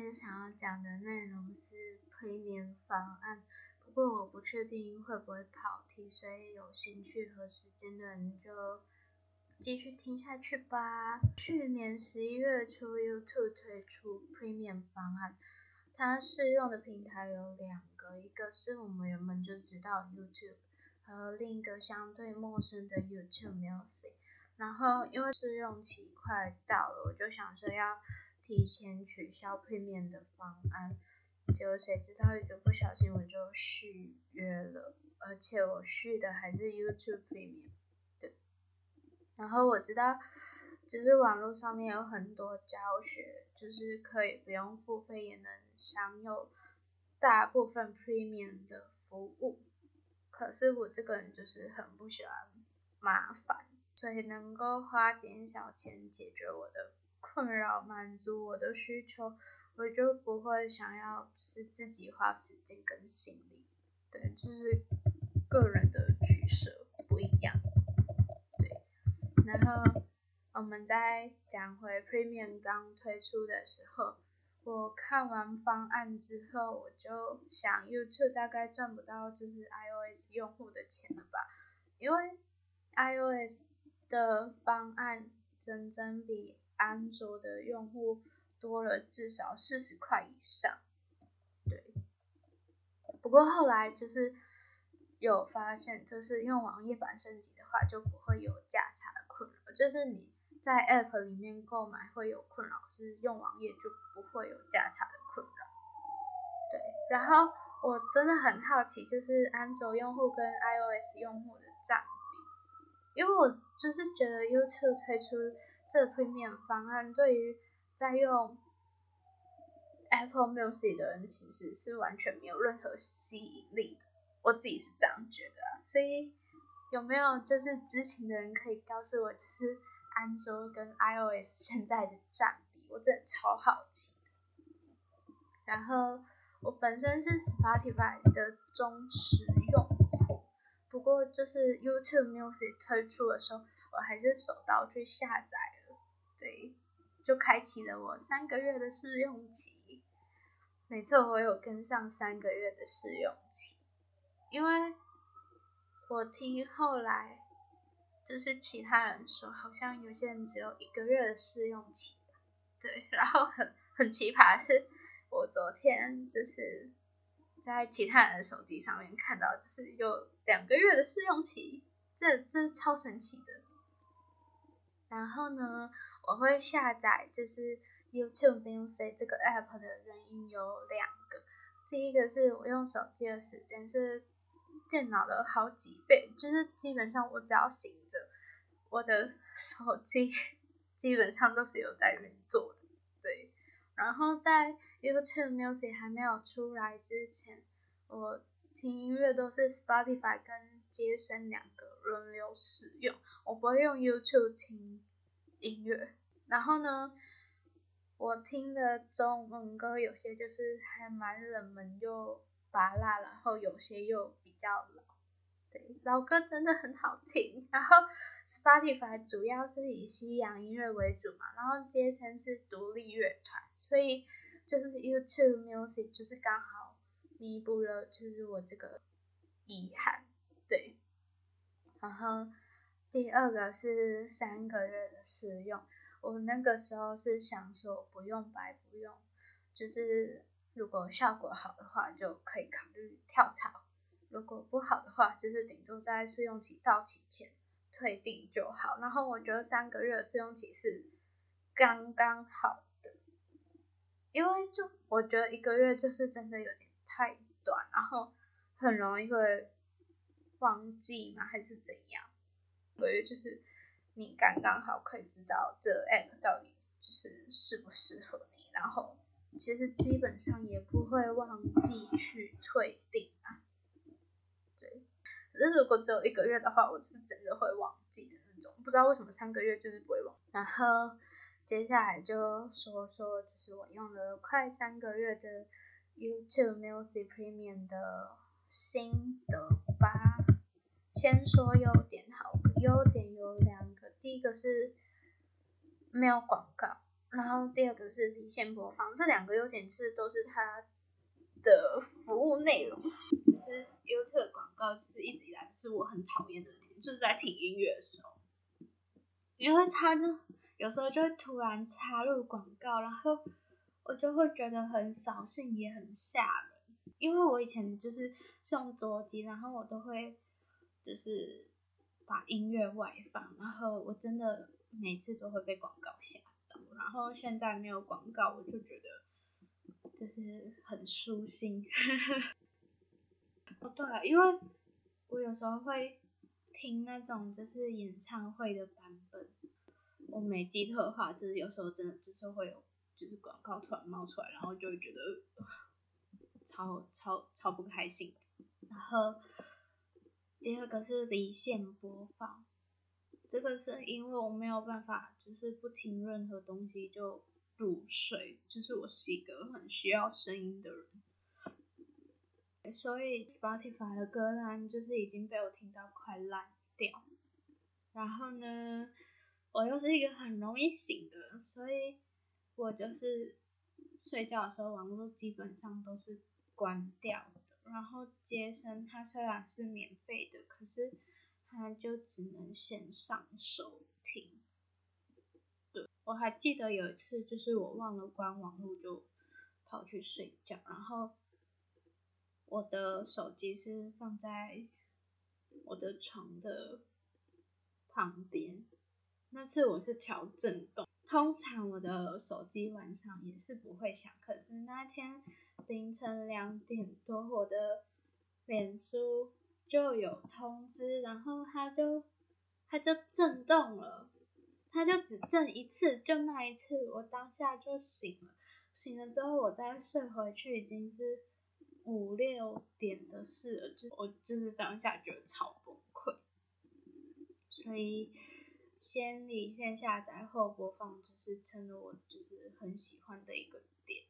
天想要讲的内容是Premium方案，不过我不确定会不会跑题，所以有兴趣和时间的人就继续听下去吧。去年11月初 YouTube 推出 Premium 方案，它适用的平台有两个，一个是我们原本就知道 YouTube， 和另一个相对陌生的 YouTube Music。然后因为试用期快到了，我就想说要提前取消Premium的方案，结果谁知道一个不小心我就续约了，而且我续的还是 YouTube Premium。对，然后我知道就是网络上面有很多教学，就是可以不用付费也能享有大部分 Premium 的服务，可是我这个人就是很不喜欢麻烦，所以能够花点小钱解决我的困扰，满足我的需求，我就不会想要是自己花时间跟心力。对，就是个人的取舍不一样。对，然后我们再讲回 Premium 刚推出的时候，我看完方案之后，我就想 YouTube 大概赚不到就是 iOS 用户的钱了吧，因为 iOS 的方案整整比安卓的用户多了至少40块以上。对，不过后来就是有发现，就是用网页版升级的话就不会有价差的困扰，就是你在 App 里面购买会有困扰，可是用网页就不会有价差的困扰。对，然后我真的很好奇，就是安卓用户跟 iOS 用户的占比，因为我就是觉得 YouTube 推出这个 Premium 方案，对于在用 Apple Music 的人其实是完全没有任何吸引力的，我自己是这样觉得啊。所以有没有就是知情的人可以告诉我，就是安卓跟 iOS 现在的占比，我真的超好奇。然后我本身是 Spotify 的忠实用户，不过就是 YouTube Music 推出的时候，我还是手刀去下载了，对，就开启了我3个月的试用期。没错，我有跟上3个月的试用期，因为我听后来就是其他人说，好像有些人只有1个月的试用期，对，然后很奇葩的是，我昨天就是在其他人的手机上面看到，就是有2个月的试用期，这超神奇的。然后呢，我会下载就是 YouTube Music 这个 app 的原因有2个，第一个是我用手机的时间是电脑的好几倍，就是基本上我只要醒着，我的手机基本上都是有在运作的，对。然后在 YouTube Music 还没有出来之前，我听音乐都是 Spotify 跟街声2个轮流使用，我不会用 YouTube 听音乐。然后呢，我听的中文歌有些就是还蛮冷门又拔辣，然后有些又比较老。对，老歌真的很好听。然后 Spotify 主要是以西洋音乐为主嘛，然后街声是独立乐团，所以就是 YouTube Music 就是刚好弥补了就是我这个遗憾。对，然后第二个是3个月的试用，我那个时候是想说不用白不用，就是如果效果好的话就可以考虑跳槽，如果不好的话就是顶多在试用期到期前退订就好。然后我觉得3个月的试用期是刚刚好的，因为就我觉得1个月就是真的有点太短，然后很容易会忘记嘛还是怎样，所以就是你刚刚好可以知道这 app 到底就是适不适合你，然后其实基本上也不会忘记去退订啊。对，可是如果只有1个月的话，我是真的会忘记的那种，不知道为什么3个月就是不会忘。然后接下来就说就是我用了快3个月的 YouTube Music Premium 的心得吧。先说优点好了，优点有2个，第一个是没有广告， 然后第二个是离线播放，这两个优点都是它的服务内容。就是 YouTube 广告就是一直以来是我很讨厌的点，就是在听音乐的时候，因为它就有时候就会突然插入广告，然后我就会觉得很扫兴也很吓人。因为我以前就是用桌机，然后我都会就是把音乐外放，然后我真的每次都会被广告吓到，然后现在没有广告，我就觉得就是很舒心。哦对了，因为我有时候会听那种就是演唱会的版本，我没记错的话，就是有时候真的就是会有就是广告突然冒出来，然后就会觉得超不开心。然后第二个是离线播放，这个是因为我没有办法就是不听任何东西就入睡，就是我是一个很需要声音的人。所以 Spotify 的歌单就是已经被我听到快烂掉。然后呢，我又是一个很容易醒的人，所以我就是睡觉的时候网络基本上都是关掉的。然后接生它虽然是免费的，可是它就只能线上收听。对，我还记得有一次就是我忘了关网络就跑去睡觉，然后我的手机是放在我的床的旁边，那次我是调震动，通常我的手机晚上也是不会响，可是那天凌晨2点多，我的脸书就有通知，然后它就震动了，它就只震一次，就那一次，我当下就醒了，醒了之后我再睡回去已经是5、6点的事了，我就是当下觉得超崩溃，所以先离线下载后播放就是成了我就是很喜欢的一个点。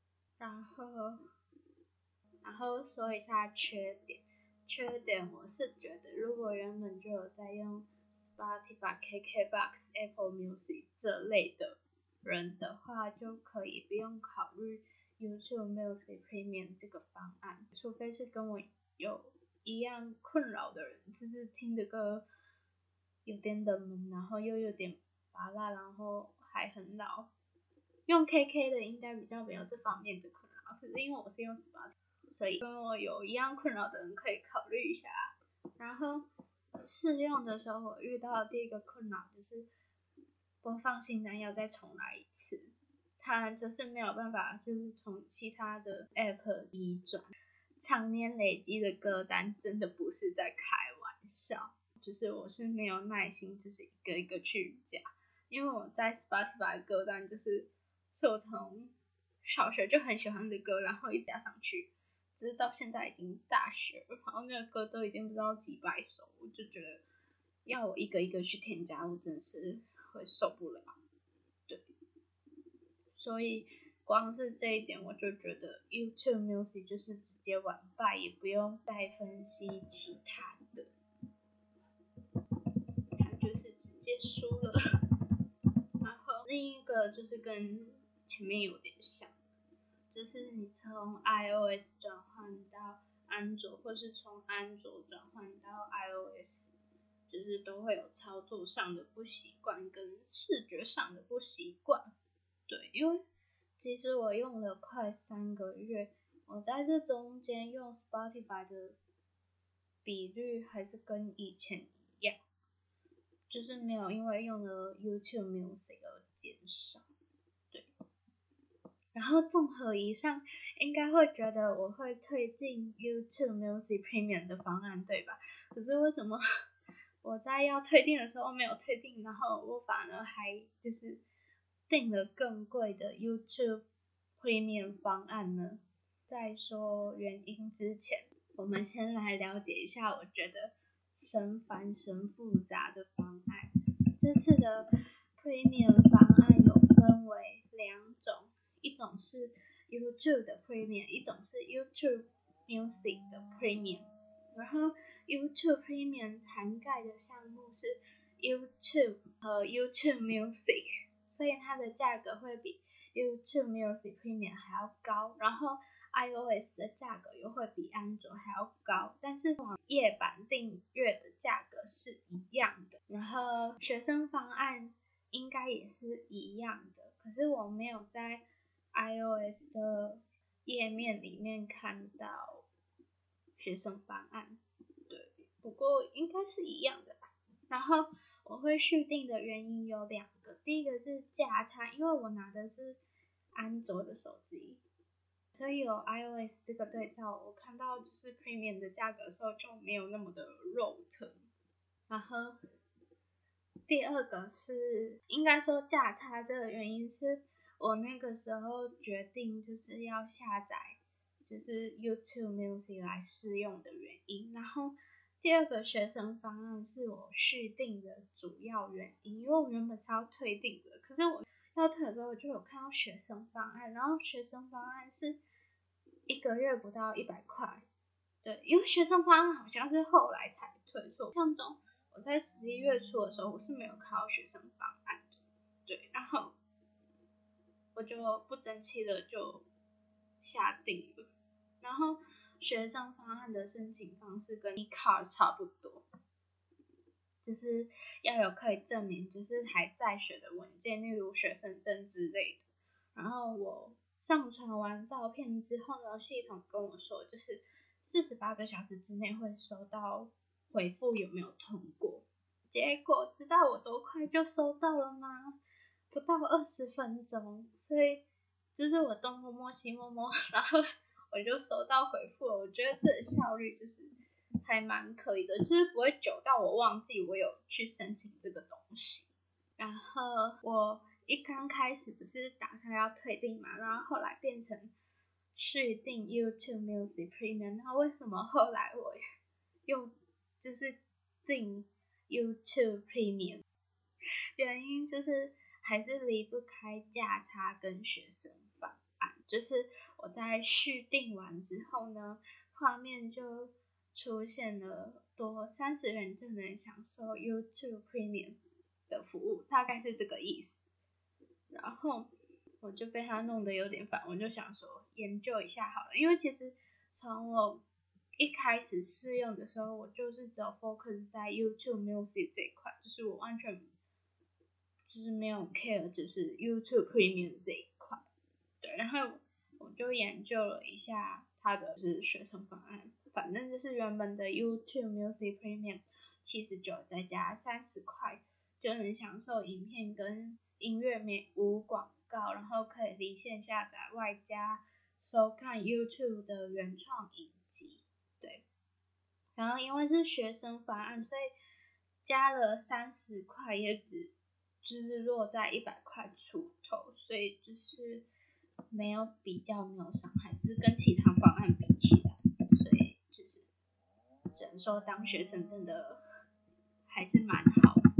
然后说一下缺点，缺点我是觉得如果原本就有在用 Spotify、KKBox、Apple Music 这类的人的话，就可以不用考虑 YouTube Music Premium 这个方案，除非是跟我有一样困扰的人，就是听的歌有点冷门，然后又有点拔辣，然后还很老。用 KK 的应该比较没有这方面的困扰，可是因为我是用 Spotify，所以跟我有一样困扰的人可以考虑一下。然后试用的时候，我遇到的第一个困扰就是播放清单要再重来一次，它就是没有办法就是从其他的 App 移转，常年累积的歌单真的不是在开玩笑，就是我是没有耐心，就是一个一个去加，因为我在 Spotify 的歌单就是我从小学就很喜欢的歌，然后一直加上去，直到现在已经大学了，然后那个歌都已经不知道几百首，我就觉得要我一个一个去添加，我真的是会受不了。对，所以光是这一点我就觉得 YouTube Music 就是直接完败，也不用再分析其他的，它就是直接输了。然后另一个就是跟前面有点像，就是你从 iOS 转换到安卓，或是从安卓转换到 iOS， 就是都会有操作上的不习惯跟视觉上的不习惯。对，因为其实我用了快3个月，我在这中间用 Spotify 的比率还是跟以前一样，就是没有因为用了 YouTube Music 而减少。对，然后综合以上，应该会觉得我会推进 YouTube Music Premium 的方案，对吧？可是为什么我在要推订的时候没有推订，然后我反而还就是订了更贵的 YouTube Premium 方案呢？在说原因之前，我们先来了解一下我觉得神繁神复杂的方案。这次的 Premium 方案有分为2种，一种是 YouTube 的 Premium， 一种是 YouTube Music 的 Premium。然后 YouTube Premium 涵盖的项目是 YouTube 和 YouTube Music， 所以它的价格会比 YouTube Music Premium 还要高，然后 iOS 的价格又会比安卓还要高，但是网页版订阅的价格是一样的，然后学生方案应该也是一样的，可是我没有在 iOS 的页面里面看到学生方案，对，不过应该是一样的吧。然后我会续订的原因有2个，第一个是价差，因为我拿的是安卓的手机，所以有 iOS 这个对照，我看到就是 Premium 的价格的时候就没有那么的肉疼。然后第二个是应该说价差这个原因是我那个时候决定就是要下载就是 YouTube Music 来试用的原因，然后第二个学生方案是我续订的主要原因，因为我原本是要退订的，可是我要退的时候我就有看到学生方案，然后学生方案是1个月不到100块，对，因为学生方案好像是后来才退，所以我印象中我在11月初的时候我是没有看到学生方案的，对，然后我就不争气的就下定了，然后学生方案的申请方式跟 eCard 差不多，就是要有可以证明就是还在学的文件，例如学生证之类的。然后我上传完照片之后呢，系统跟我说就是48个小时之内会收到回复有没有通过。结果知道我多快就收到了吗？不到20分钟，所以就是我东摸摸西摸摸，然后我就收到回复了。我觉得这个效率就是还蛮可以的，就是不会久到我忘记我有去申请这个东西。然后我一刚开始不是打算要退订嘛，然后后来变成续订 YouTube Music Premium， 那为什么后来我又就是订 YouTube Premium？ 原因就是还是离不开价差跟学生方案，就是我在续订完之后呢，画面就出现了多30元就能享受 YouTube Premium 的服务，大概是这个意思。然后我就被他弄得有点烦，我就想说研究一下好了，因为其实从我一开始试用的时候，我就是只有 focus 在 YouTube Music 这一块，就是我完全就是没有 care 就是 YouTube Premium 这一块，对，然后我就研究了一下它的就是学生方案，反正就是原本的 YouTube Music Premium 79再加30块就能享受影片跟音乐无广告，然后可以离线下载，外加收看 YouTube 的原创影集，对。然后因为是学生方案，所以加了30块也就是落在100块出头，所以就是没有比较，没有伤害，只是跟其他方案比起来，所以就是只能说当学生真的还是蛮好的。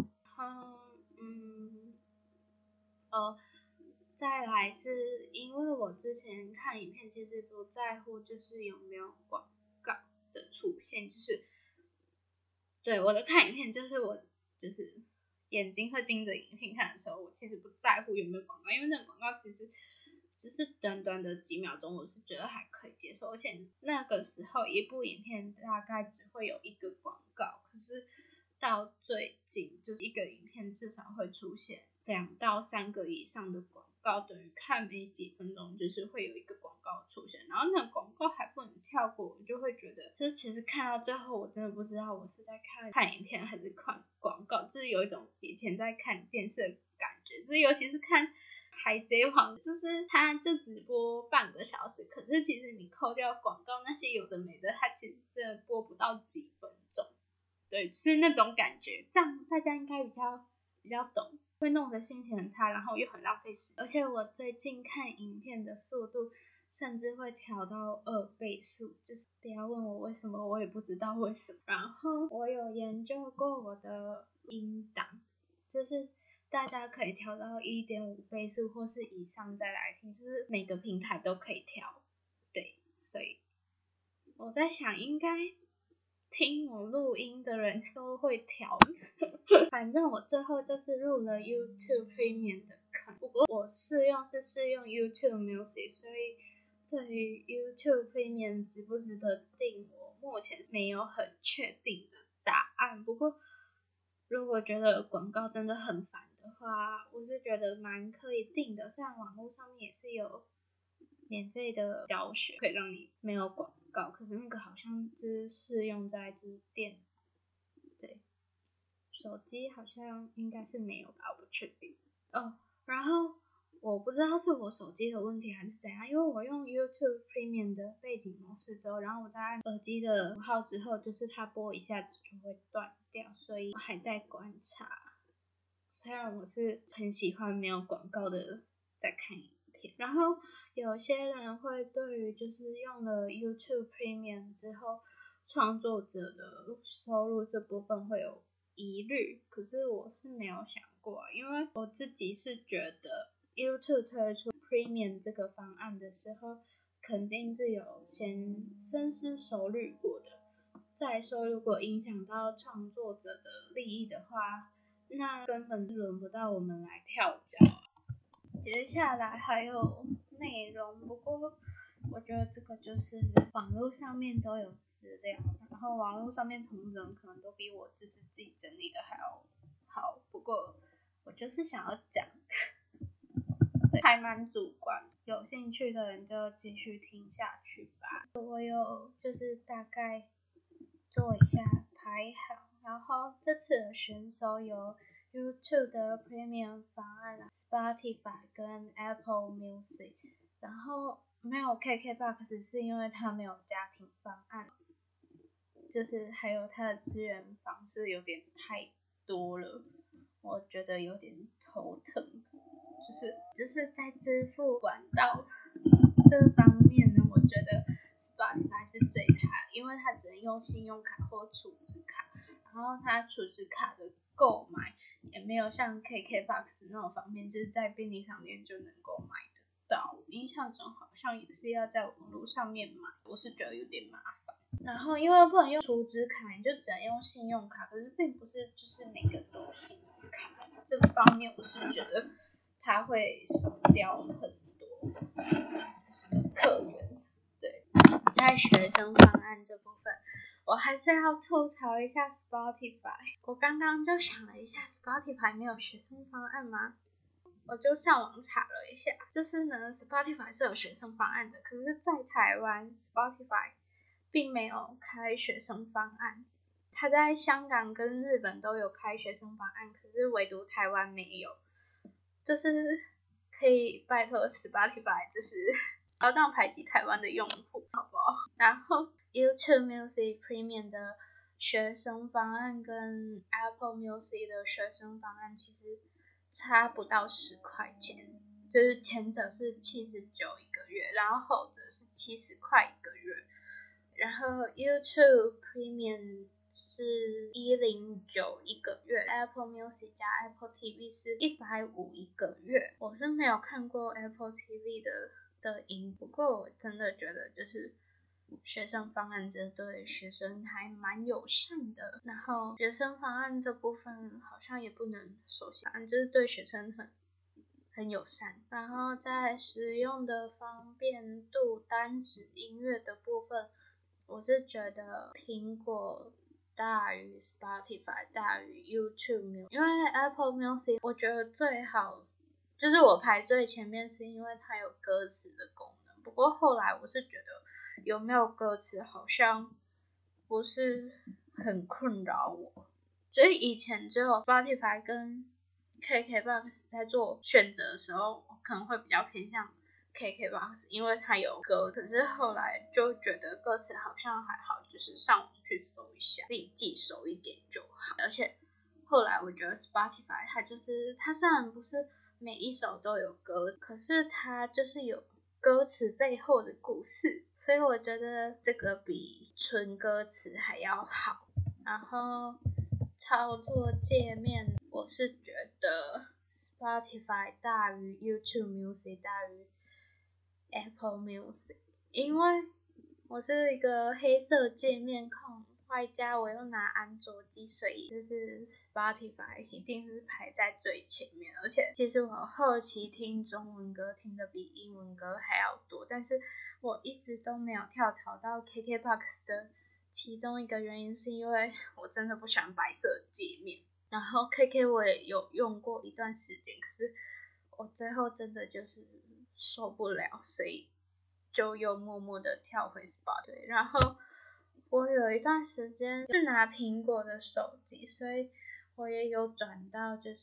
再来是因为我之前看影片其实不在乎就是有没有广告的出现，就是对我的看影片就是我就是眼睛会盯着影片看的时候，我其实不在乎有没有广告，因为那个广告其实只是短短的几秒钟，我是觉得还可以接受，而且那个时候一部影片大概只会有1个广告，可是到最近就是一个影片至少会出现2到3个以上的广告，等于看没几分钟就是会有1个广告出现，然后那个广告还不能跳过，我就会觉得就是其实看到最后我真的不知道我是在看影片还是看广告，就是有一种以前在看电视的感觉，就是尤其是看海贼王，就是他就只播半个小时，可是其实你扣掉广告那些有的没的，他其实真的播不到几分钟，对，是那种感觉，这样大家应该比较懂，会弄得心情很差，然后又很浪费时间。而且我最近看影片的速度甚至会调到2倍速，就是不要问我为什么，我也不知道为什么。然后我有研究过我的音档，就是大家可以调到 1.5 倍速或是以上再来听，就是每个平台都可以调，对，所以我在想应该听我录音的人都会调反正我最后就是入了 YouTube Premium 的看。不过我试用 YouTube Music， 所以对于 YouTube Premium 值不值得订，我目前没有很确定的答案。不过如果觉得广告真的很烦的话，我是觉得蛮可以订的。虽然网络上面也是有免费的教学可以让你没有广告，可是那个好像是适用在就是电，对，手机好像应该是没有吧，我不确定。然后我不知道是我手机的问题还是怎样，因为我用 YouTube Premium 的背景模式之后，然后我在按耳机的符号之后，就是它播一下子就会断掉，所以我还在观察。虽然我是很喜欢没有广告的在看影片，然后有些人会对于就是用了 YouTube Premium 之后，创作者的收入这部分会有疑虑，可是我是没有想过，因为我自己是觉得 YouTube 推出 Premium 这个方案的时候，肯定是有先深思熟虑过的。再说如果影响到创作者的利益的话，那根本就轮不到我们来跳脚。接下来还有内容，不过我觉得这个就是网络上面都有资料，然后网络上面同人可能都比我就是自己整理的还要好，不过我就是想要讲，对，还蛮主观，有兴趣的人就继续听下去吧。我有就是大概做一下排行，然后这次的选手有 YouTube 的 Premium 方案，Spotify 跟 Apple Music， 然后没有 KKBOX 是因为它没有家庭方案，就是还有它的资源方式有点太多了，我觉得有点头疼，就是在支付管道这方面呢，我觉得 Spotify 是最差的，因为它只能用信用卡或储值卡，然后它储值卡的购买也没有像 KKBOX 那种方便，就是在便利商店就能够买得到。印象中好像也是要在网络上面买，我是觉得有点麻烦。然后因为不能用储值卡，你就只能用信用卡，可是并不是就是每个都有信用卡，这方面我是觉得它会少掉很多客源。对，在学生方案这部分，我还是要吐槽一下 Spotify。我刚刚就想了一下 ，Spotify 没有学生方案吗？我就上网查了一下，就是呢 ，Spotify 是有学生方案的，可是在台湾 Spotify 并没有开学生方案。它在香港跟日本都有开学生方案，可是唯独台湾没有。就是可以拜托 Spotify， 就是不要这样排挤台湾的用户，好不好？然后 YouTube Music Premium 的学生方案跟 Apple Music 的学生方案其实差不到10块钱，就是前者是79一个月，然后后者是70块一个月。然后 YouTube Premium 是109一个月， Apple Music 加 Apple TV 是150一个月。我是没有看过 Apple TV 的影，不过我真的觉得就是学生方案这对学生还蛮友善的，然后学生方案这部分好像也不能说反正就是对学生很友善。然后在使用的方便度，单指音乐的部分，我是觉得苹果大于 Spotify 大于 YouTube Music， 因为 Apple Music 我觉得最好，就是我排最前面是因为它有歌词的功能，不过后来我是觉得有没有歌词好像不是很困扰我，所以以前只有 Spotify 跟 KKBOX 在做选择的时候，我可能会比较偏向KKBOX， 因为它有歌，可是后来就觉得歌词好像还好，就是上网去搜一下，自己记熟一点就好。而且后来我觉得 Spotify 它虽然不是每一首都有歌，可是它就是有歌词背后的故事，所以我觉得这个比纯歌词还要好。然后操作界面，我是觉得 Spotify 大于 YouTube Music 大于 Apple Music， 因为我是一个黑色界面控， 外加我又拿安卓机，所以就是 Spotify 一定是排在最前面。而且其实我后期听中文歌听的比英文歌还要多，但是我一直都没有跳槽到 KKBOX 的其中一个原因是因为我真的不喜欢白色界面。然后 KK 我也有用过一段时间，可是我最后真的就是受不了，所以就又默默的跳回 Spotify。然后我有一段时间是拿苹果的手机，所以我也有转到就是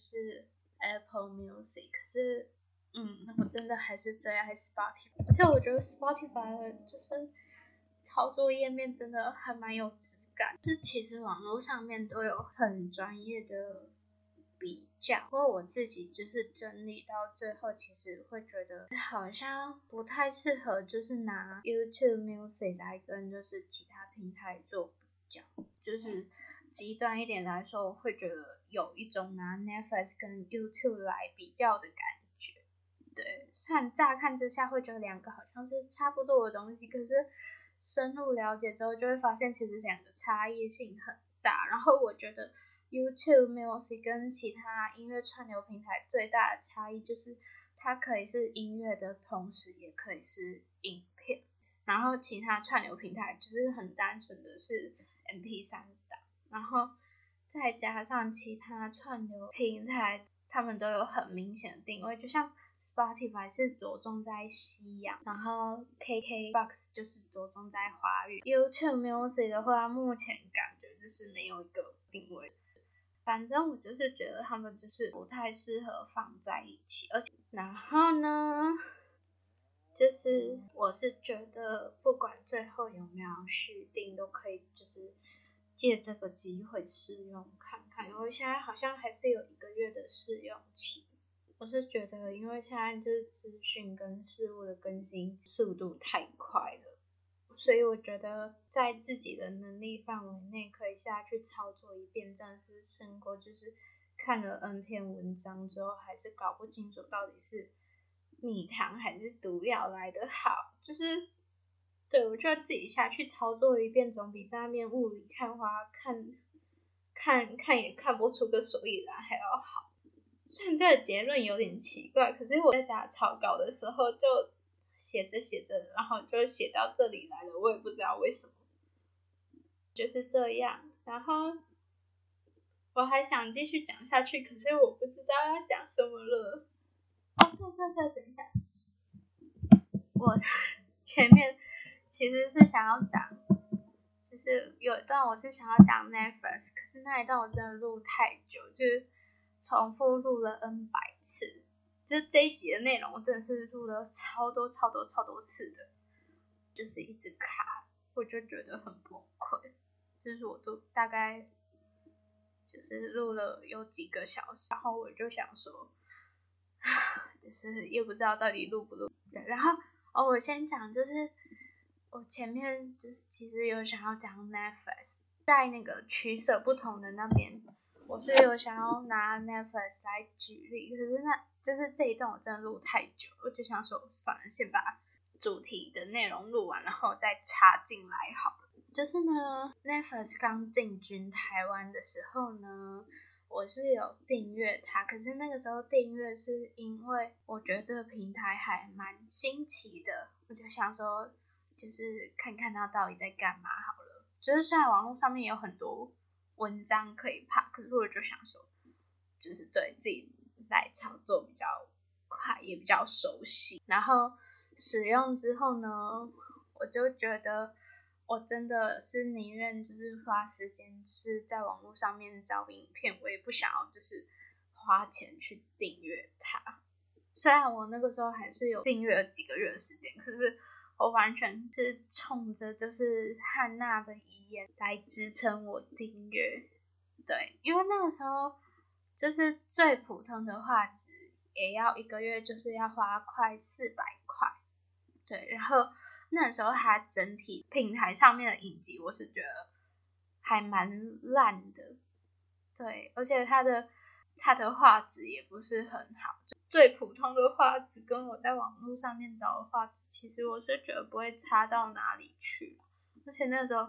Apple Music， 可是我真的还是最爱 Spotify， 而且我觉得 Spotify 的就是操作页面真的还蛮有质感，就其实网络上面都有很专业的比较，不过我自己就是整理到最后，其实会觉得好像不太适合，就是拿 YouTube Music 来跟就是其他平台做比较，就是极端一点来说，我会觉得有一种拿 Netflix 跟 YouTube 来比较的感觉。对，虽然乍看之下会觉得两个好像是差不多的东西，可是深入了解之后就会发现其实两个差异性很大。然后我觉得 YouTube Music 跟其他音乐串流平台最大的差异就是它可以是音乐的同时也可以是影片，然后其他串流平台就是很单纯的是 MP3 档，然后再加上其他串流平台他们都有很明显的定位，就像 Spotify 是着重在西洋，然后 KKBOX 就是着重在华语。YouTube Music 的话，目前感觉就是没有一个定位。反正我就是觉得他们就是不太适合放在一起，而且然后呢，就是我是觉得不管最后有没有续订，都可以就是借这个机会试用看看，因为现在好像还是有1个月的试用期。我是觉得，因为现在就是资讯跟事物的更新速度太快了，所以我觉得在自己的能力范围内可以下去操作一遍，真的是胜过就是看了 N 篇文章之后还是搞不清楚到底是蜜糖还是毒药来得好。就是对，我觉得自己下去操作一遍总比在那边雾里看花看也看不出个所以然还要好。虽然这个结论有点奇怪，可是我在家草稿的时候就写着写着，然后就写到这里来了，我也不知道为什么，就是这样。然后我还想继续讲下去，可是我不知道要讲什么了。对，等一下，我前面其实是想要讲，就是有一段我是想要讲 Netflix， 可是那一段我真的录太久，就是重复录了 N 百次，就是这一集的内容我真的是录了超多次的，就是一直卡，我就觉得很崩溃。就是我都大概就是录了有几个小时，然后我就想说，就是又不知道到底录不录。对，然后我先讲，就是我前面就是其实有想要讲 Netflix， 在那个取舍不同的那边，我是有想要拿 Netflix 来举例，可是那就是这一段我真的录太久，我就想说算了，先把主题的内容录完，然后再插进来好了。就是呢 Netflix 刚进军台湾的时候呢，我是有订阅它，可是那个时候订阅是因为我觉得这个平台还蛮新奇的，我就想说就是看看它到底在干嘛好了。就是虽然网络上面有很多文章可以爬，可是我就想说就是对自己来操作比较快也比较熟悉，然后使用之后呢，我就觉得我真的是宁愿就是花时间是在网络上面找影片，我也不想要就是花钱去订阅它。虽然我那个时候还是有订阅了几个月的时间，可是我完全是冲着就是汉娜的遗言来支撑我订阅。对，因为那个时候就是最普通的画质也要1个月就是要花快400块。对，然后那时候它整体平台上面的影集我是觉得还蛮烂的。对，而且它的画质也不是很好，最普通的画质跟我在网络上面找的画质，其实我是觉得不会差到哪里去。而且那时候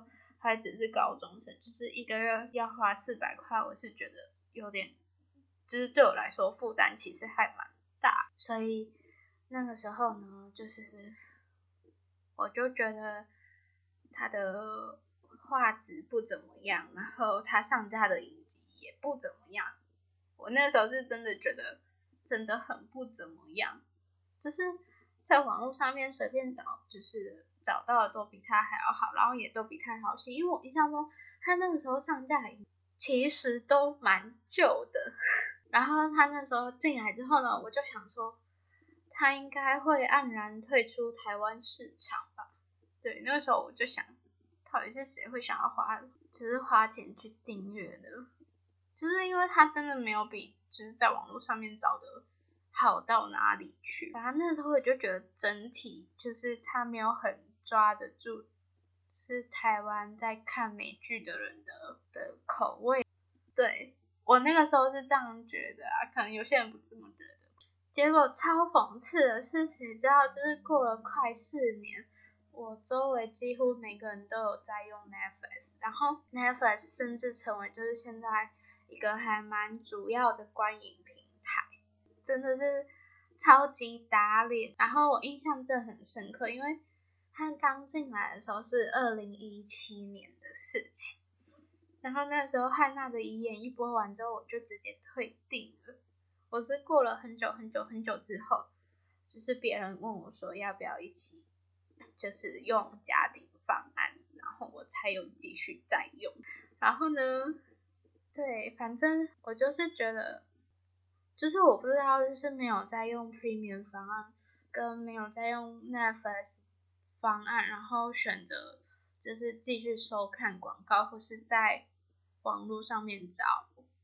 还只是高中生，就是一个月要花400块，我是觉得有点，就是对我来说负担其实还蛮大，所以那个时候呢，就是我就觉得他的画质不怎么样，然后他上架的影集也不怎么样，我那时候是真的觉得真的很不怎么样，就是在网络上面随便找，就是找到的都比他还要好，然后也都比他好戏，因为我印象中他那个时候上架的其实都蛮旧的，然后他那时候进来之后呢，我就想说他应该会黯然退出台湾市场吧。对，那个时候我就想，到底是谁会想要花钱去订阅的？就是因为他真的没有比就是在网络上面找的好到哪里去。反正那时候我就觉得整体就是他没有很抓得住是台湾在看美剧的人的口味。对，我那个时候是这样觉得啊，可能有些人不这么觉得。结果超讽刺的是，谁知道就是过了快4年，我周围几乎每个人都有在用 Netflix， 然后 Netflix 甚至成为就是现在一个还蛮主要的观影平台，真的是超级打脸。然后我印象真的很深刻，因为他刚进来的时候是2017年的事情，然后那时候汉娜的遗言一播完之后，我就直接退订了。我是过了很久之后，就是别人问我说要不要一起，就是用家庭方案，然后我才有继续再用。然后呢，对，反正我就是觉得，就是我不知道，就是没有在用 Premium 方案，跟没有在用 Netflix 方案，然后选择就是继续收看广告，或是在网络上面找，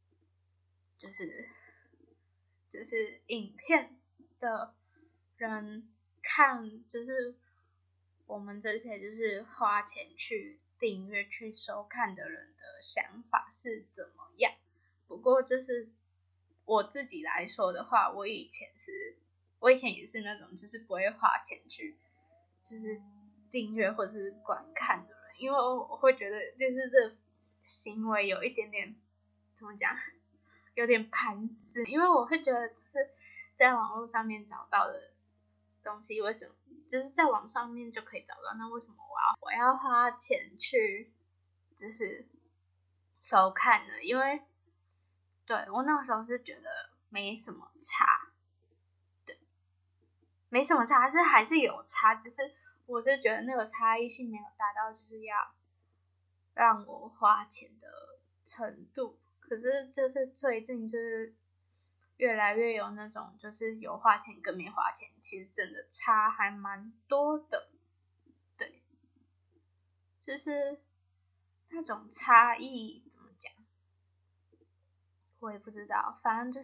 就是影片的人看，就是我们这些就是花钱去订阅去收看的人的想法是怎么样。不过就是我自己来说的话，我以前也是那种就是不会花钱去就是订阅或者是观看的人，因为我会觉得就是这行为有一点点怎么讲，有点盘子，因为我会觉得就是在网络上面找到的东西，为什么就是在网上面就可以找到，那为什么我要花钱去就是收看呢？因为对我那个时候是觉得没什么差，对，没什么差，是还是有差，只是我是觉得那个差异性没有达到就是要让我花钱的程度。可是就是最近就是越来越有那种就是有花钱跟没花钱，其实真的差还蛮多的，对，就是那种差异怎么讲，我也不知道，反正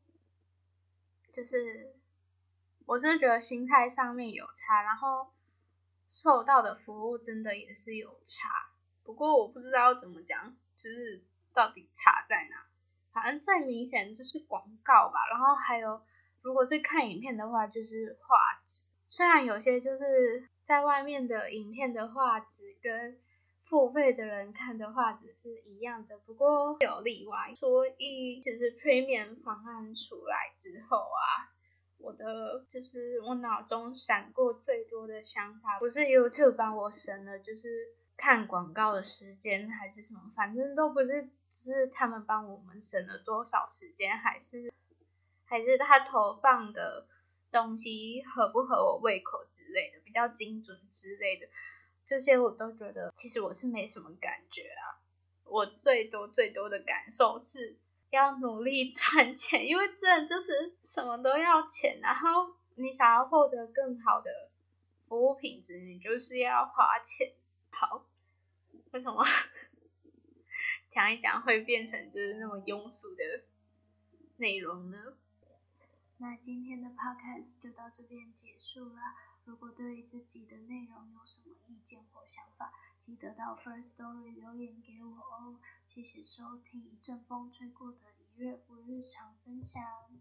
就是我是觉得心态上面有差，然后受到的服务真的也是有差，不过我不知道怎么讲，就是到底差在哪。反正最明显就是广告吧，然后还有如果是看影片的话，就是画质。虽然有些就是在外面的影片的画质跟付费的人看的画质是一样的，不过有例外。所以其实 Premium 方案出来之后啊，就是我脑中闪过最多的想法，不是 YouTube 帮我省了就是看广告的时间还是什么，反正都不是，就是他们帮我们省了多少时间，还是他投放的东西合不合我胃口之类的，比较精准之类的，这些我都觉得其实我是没什么感觉啊。我最多的感受是要努力赚钱，因为真的就是什么都要钱，然后你想要获得更好的服务品质，你就是要花钱。好，为什么讲一讲会变成就是那么庸俗的内容呢？那今天的 podcast 就到这边结束了。如果对于这集的内容有什么意见或想法，记得到 First Story 留言给我哦。谢谢收听一阵风吹过的1月5日常分享。